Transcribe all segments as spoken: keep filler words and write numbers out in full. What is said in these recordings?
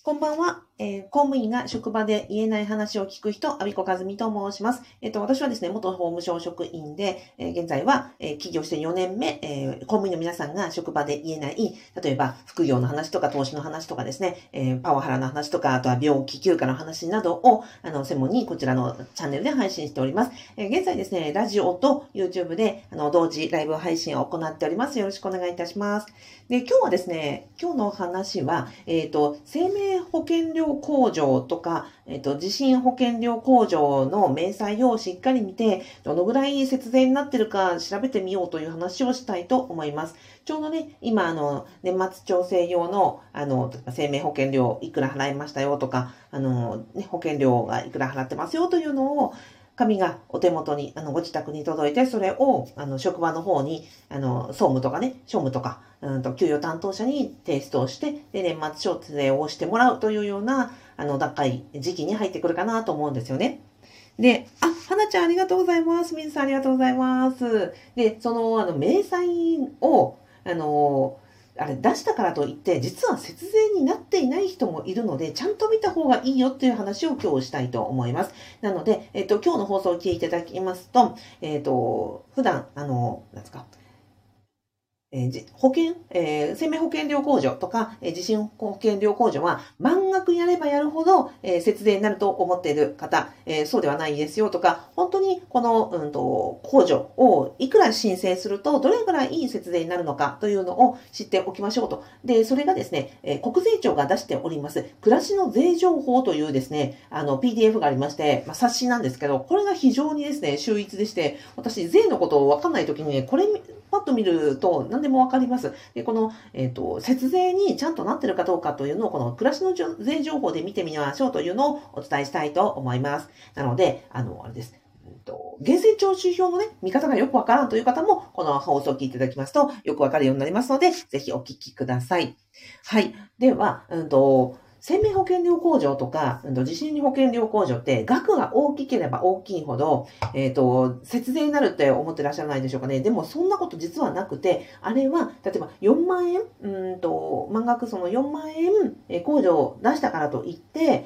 こんばんは、えー公務員が職場で言えない話を聞く人、阿比子和美と申します。えっと、私はですね、元法務省職員で、えー現在は、えー起業してよねんめ、えー公務員の皆さんが職場で言えない、例えば副業の話とか投資の話とかですね、えーパワハラの話とか、あとは病気休暇の話などを、あの、専門にこちらのチャンネルで配信しております。えー現在ですね、ラジオと YouTube で、あの、同時ライブ配信を行っております。よろしくお願いいたします。で、今日はですね、今日の話は、えっと、生命保険料控除とか、えっと、地震保険料控除の明細をしっかり見て、どのぐらい節税になってるか調べてみようという話をしたいと思います。ちょうどね、今、あの、年末調整用の、あの、生命保険料いくら払いましたよとか、あの、ね、保険料がいくら払ってますよというのを、紙がお手元に、あの、ご自宅に届いて、それを、あの、職場の方に、あの、総務とかね、庶務とか、うんと、給与担当者に提出をして、で、年末調整をしてもらうというような、あの、高い時期に入ってくるかなと思うんですよね。で、あ、花ちゃんありがとうございます。水さんありがとうございます。で、その、あの、明細を、あの、あれ出したからといって、実は節税になっていない人もいるので、ちゃんと見た方がいいよっていう話を今日したいと思います。なので、えっと、今日の放送を聞いていただきますと、えっと、普段、あの、なんですか、えーじ保険、えー生命保険料控除とか、えー地震保険料控除は満額やればやるほど、えー節税になると思っている方、えーそうではないですよとか、本当にこの、うんと、控除をいくら申請するとどれぐらいいい節税になるのかというのを知っておきましょうと。で、それがですね、えー国税庁が出しております、暮らしの税情報というですね、あの、ピーディーエフ がありまして、まあ、冊子なんですけど、これが非常にですね、秀逸でして、私、税のことをわかんないときにね、これパッと見ると何でもわかります。で、この、えっと、節税にちゃんとなってるかどうかというのを、この暮らしの税情報で見てみましょうというのをお伝えしたいと思います。なので、あの、あれです。うんと源泉徴収票のね、見方がよくわからんという方も、この放送を聞いていただきますと、よくわかるようになりますので、ぜひお聞きください。はい。では、うんと、生命保険料控除とか、うんと、地震保険料控除って、額が大きければ大きいほど、えっと、節税になるって思ってらっしゃらないでしょうかね。でも、そんなこと実はなくて、あれは、例えばよんまん円、うんと、満額そのよんまん円、え控除を出したからといって、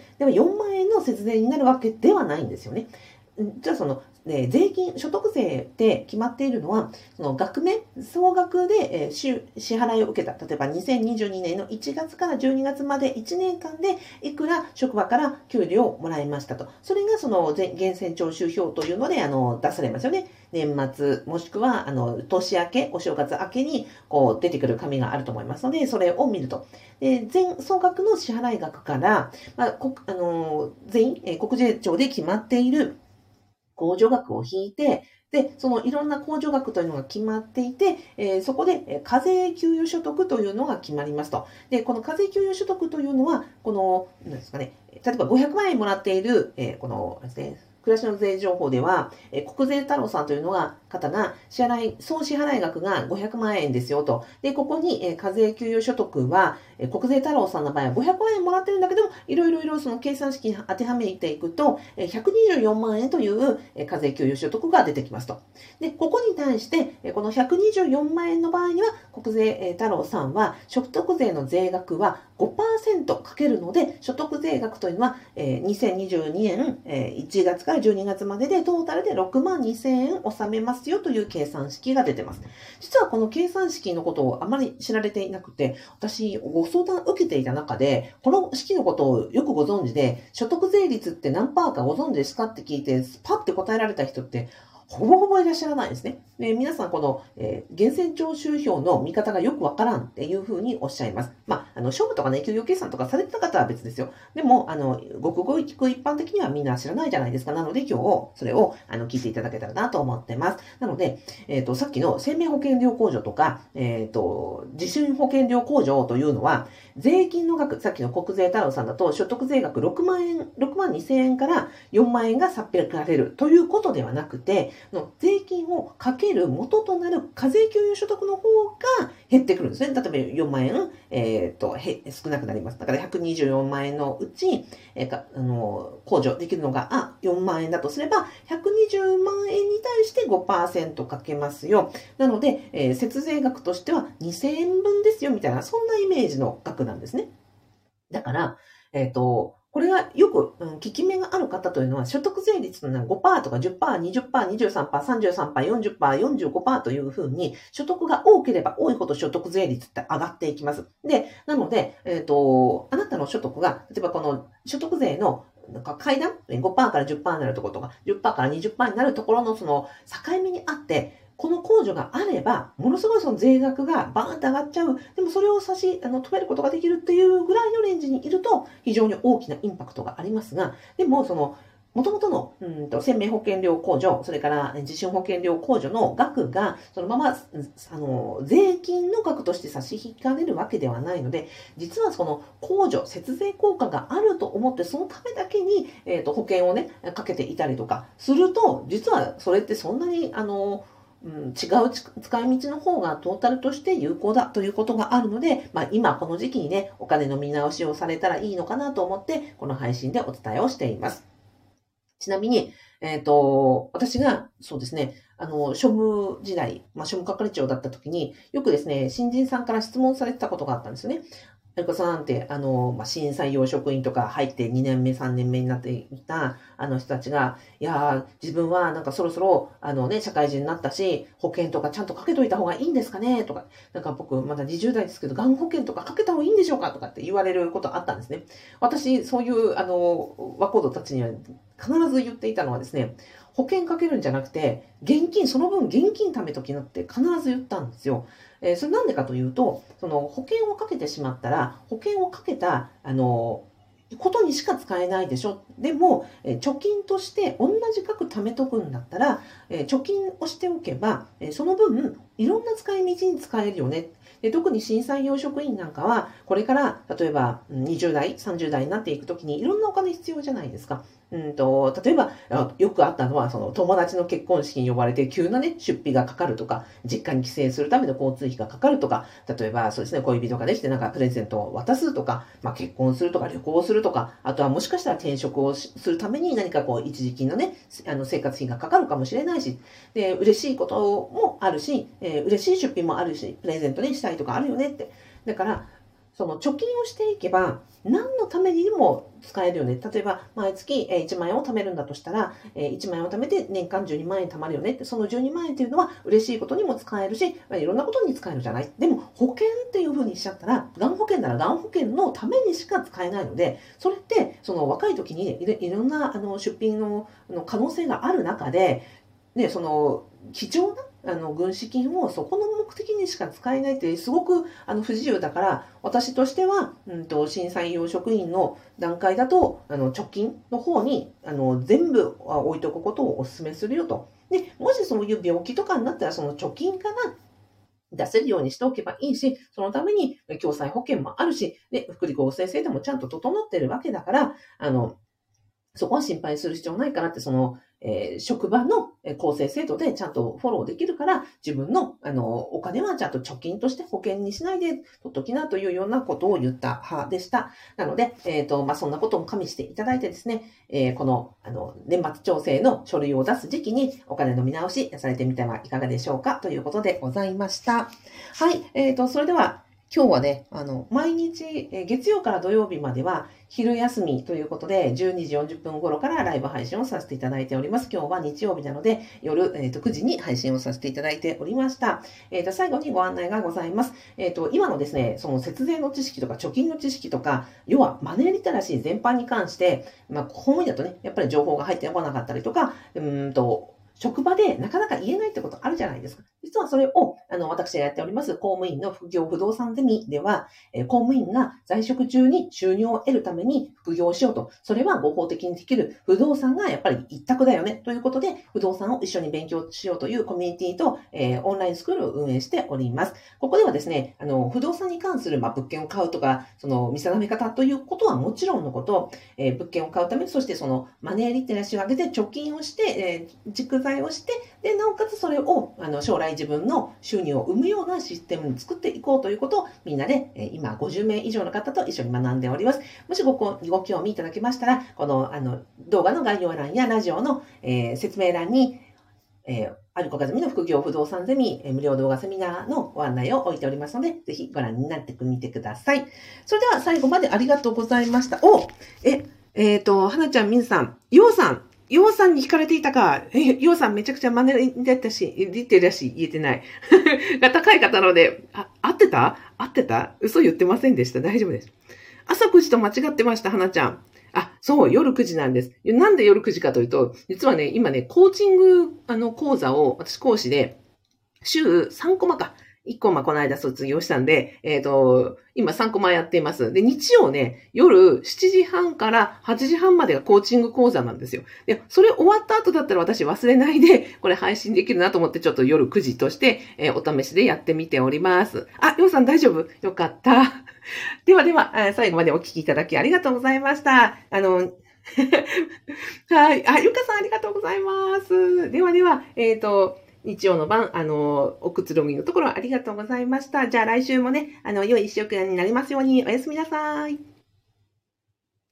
でもよんまん円の節税になるわけではないんですよね。じゃあその、ね、税金、所得税で決まっているのは、その額面、総額で、えー、支支払いを受けた。例えばにせんにじゅうにねんのいちがつからじゅうにがつまでいちねんかんでいくら職場から給料をもらいましたと。それがその源泉徴収票というのであの出されますよね。年末、もしくはあの年明け、お正月明けにこう出てくる紙があると思いますので、それを見ると。で全総額の支払い額から、まあ、国あの全員、えー国税庁で決まっている控除額を引いて、で、そのいろんな控除額というのが決まっていて、えーそこでえー課税給与所得というのが決まりますと。で、この課税給与所得というのは、この、なんですかね、例えばごひゃくまん円もらっている、えーこのですね、暮らしの税情報では、えー国税太郎さんというのが、方が、支払い、総支払い額がごひゃくまん円ですよと。で、ここに、えー課税給与所得は、えー国税太郎さんの場合はごひゃくまん円もらってるんだけども、いろいろいろその計算式に当てはめていくと、えーひゃくにじゅうよんまん円というえー課税給与所得が出てきますと。で、ここに対して、えーこのひゃくにじゅうよんまん円の場合には、国税えー太郎さんは、所得税の税額はごパーセントかけるので、所得税額というのは、えーにせんにじゅうにねん、えーいちがつからじゅうにがつまでで、トータルでろくまんにせんえん納めますよという計算式が出てます。実はこの計算式のことをあまり知られていなくて、私、ご相談を受けていた中で、この式のことをよくご存知で、所得税率って何パーかご存知ですかって聞いて、パッて答えられた人って、ほぼほぼいらっしゃらないですね。で皆さん、この、えー、源泉徴収票の見方がよくわからんっていうふうにおっしゃいます。まあ、あの、商務とかね、給与計算とかされてた方は別ですよ。でも、あの、ごくごく一般的にはみんな知らないじゃないですか。なので、今日、それを、あの、聞いていただけたらなと思ってます。なので、えっと、さっきの生命保険料控除とか、えっと、地震保険料控除というのは、税金の額、さっきの国税太郎さんだと、所得税額ろくまん円、ろくまんにせん円からよんまん円がさっぴゃくられるということではなくて、の税金をかける元となる課税給与所得の方が減ってくるんですね。例えばよんまん円、えー、とへ少なくなります。だからひゃくにじゅうよんまん円のうち、えー、かあの控除できるのがあよんまん円だとすれば、ひゃくにじゅうまん円に対して ごパーセント かけますよ。なので、えー、節税額としてはにせんえんぶんですよみたいな、そんなイメージの額なんですね。 だから、えっと、これがよく、うん、効き目がある方というのは、所得税率のごパーセントとかじゅっパーセント、にじゅっパーセント、にじゅうさんパーセント、さんじゅうさんパーセント、よんじゅっパーセント、よんじゅうごパーセントというふうに、所得が多ければ多いほど所得税率って上がっていきます。で、なので、えっと、あなたの所得が、例えばこの所得税のなんか階段 ごパーセント からじゅっパーセントになるところとか、じゅっパーセントからにじゅっパーセントになるところのその境目にあって、この控除があれば、ものすごいその税額がバーンと上がっちゃう。でもそれを差し、あの、止めることができるっていうぐらいのレンジにいると、非常に大きなインパクトがありますが、でも、その、元々の、うんと、生命保険料控除、それから地震保険料控除の額が、そのまま、あの、税金の額として差し引かれるわけではないので、実はその控除、節税効果があると思って、そのためだけに、えっと、保険をね、かけていたりとかすると、実はそれってそんなに、あの、うん、違う使い道の方がトータルとして有効だということがあるので、まあ、今この時期にね、お金の見直しをされたらいいのかなと思って、この配信でお伝えをしています。ちなみに、えっと、私が、そうですね、あの、庶務時代、まあ、庶務係長だった時に、よくですね、新人さんから質問されてたことがあったんですよね。有子さんって、あの、まあ、新採用職員とか入ってにねんめ、さんねんめになっていた、あの人たちが、いやー、自分はなんかそろそろ、あのね、社会人になったし、保険とかちゃんとかけといた方がいいんですかねとか、なんか僕、まだにじゅう代ですけど、がん保険とかかけた方がいいんでしょうかとかって言われることあったんですね。私、そういう、あの、若人たちには必ず言っていたのはですね、保険かけるんじゃなくて、現金、その分現金貯めときなって必ず言ったんですよ。えー、それなんでかというと、その保険をかけてしまったら、保険をかけた、あの、ことにしか使えないでしょ。でも、えー、貯金として同じ額貯めとくんだったら、えー、貯金をしておけば、えー、その分、いろんな使い道に使えるよね。で特に新採用職員なんかは、これから、例えばにじゅう代、さんじゅう代になっていくときにいろんなお金必要じゃないですか。うんと、例えば、よくあったのは、その友達の結婚式に呼ばれて急なね、出費がかかるとか、実家に帰省するための交通費がかかるとか、例えばそうですね、恋人ができてなんかプレゼントを渡すとか、まあ、結婚するとか旅行するとか、あとはもしかしたら転職をするために何かこう一時金のね、あの生活費がかかるかもしれないし、で、嬉しいこともあるし、えー、嬉しい出費もあるし、プレゼントにしたいとかあるよねって。だから、その貯金をしていけば、何のためにも使えるよね。例えば、毎月いちまん円を貯めるんだとしたら、いちまん円を貯めて年間じゅうにまん円貯まるよねって、そのじゅうにまん円っていうのは嬉しいことにも使えるし、いろんなことに使えるじゃない。でも、保険っていうふうにしちゃったら、がん保険ならがん保険のためにしか使えないので、それって、その若い時にいろんなあの出費の可能性がある中で、ね、その貴重なあの軍資金をそこの目的にしか使えないってすごくあの不自由だから、私としては、うんと、新採用職員の段階だとあの貯金の方にあの全部置いとくことをお勧めするよと。でもしそういう病気とかになったらその貯金から出せるようにしておけばいいし、そのために共済保険もあるし、で福利厚生制度もちゃんと整ってるわけだから、あのそこは心配する必要ないかなって、その、えー、職場の構成制度でちゃんとフォローできるから、自分の、あの、お金はちゃんと貯金として保険にしないで取っときなというようなことを言った派でした。なので、えっと、まあ、そんなことも加味していただいてですね、えー、この、あの、年末調整の書類を出す時期にお金の見直しされてみてはいかがでしょうかということでございました。はい、えっと、それでは、今日はね、あの、毎日、え月曜から土曜日までは、昼休みということで、じゅうにじよんじゅっぷん頃からライブ配信をさせていただいております。今日は日曜日なので、夜、えー、とくじに配信をさせていただいておりました。えー、と最後にご案内がございます。えー、と今のですね、その節税の知識とか貯金の知識とか、要はマネーリテラシー全般に関して、まあ、公務員だとね、やっぱり情報が入ってこなかったりとか、うーんと、職場でなかなか言えないってことあるじゃないですか。実はそれを、あの、私がやっております公務員の副業不動産ゼミでは、えー、公務員が在職中に収入を得るために副業をしようと。それは合法的にできる不動産がやっぱり一択だよね。ということで、不動産を一緒に勉強しようというコミュニティと、えー、オンラインスクールを運営しております。ここではですね、あの、不動産に関する、まあ、物件を買うとか、その見定め方ということはもちろんのこと、えー、物件を買うために、そしてそのマネーリテラシーを上げて貯金をして、えー、蓄財をして、で、なおかつそれをあの将来自分の収入を生むようなシステムに作っていこうということをみんなで、えー、今ごじゅうめい以上の方と一緒に学んでおります。もしごご興味いただけましたら、このあの動画の概要欄やラジオの、えー、説明欄にえー、アビコカズミの副業不動産ゼミ、えー、無料動画セミナーのご案内を置いておりますので、ぜひご覧になってみてください。それでは最後までありがとうございました。おえ、えっ、ー、と、はなちゃん、みんさん、ようさん、ようさんに惹かれていたか。え、ようさんめちゃくちゃ真似に出たし、出てるし、言えてない。が高い方なので、あ、合ってた合ってた嘘言ってませんでした。大丈夫です。朝くじと間違ってました、はなちゃん。あ、そう、夜くじなんです。なんで夜くじかというと、実はね、今ね、コーチング、あの、講座を、私講師で、週さんコマか。いっコマこの間卒業したんで、えっと、今さんコマやっています。で、日曜ね、夜しちじはんからはちじはんまでがコーチング講座なんですよ。で、それ終わった後だったら私忘れないで、これ配信できるなと思ってちょっと夜くじとして、えー、お試しでやってみております。あ、ようさん大丈夫？よかった。ではでは、最後までお聞きいただきありがとうございました。あの、はい。あ、ゆかさんありがとうございます。ではでは、えっと、日曜の晩、あの、おくつろぎのところありがとうございました。じゃあ来週もね、あの、良い一週間になりますように、おやすみなさい。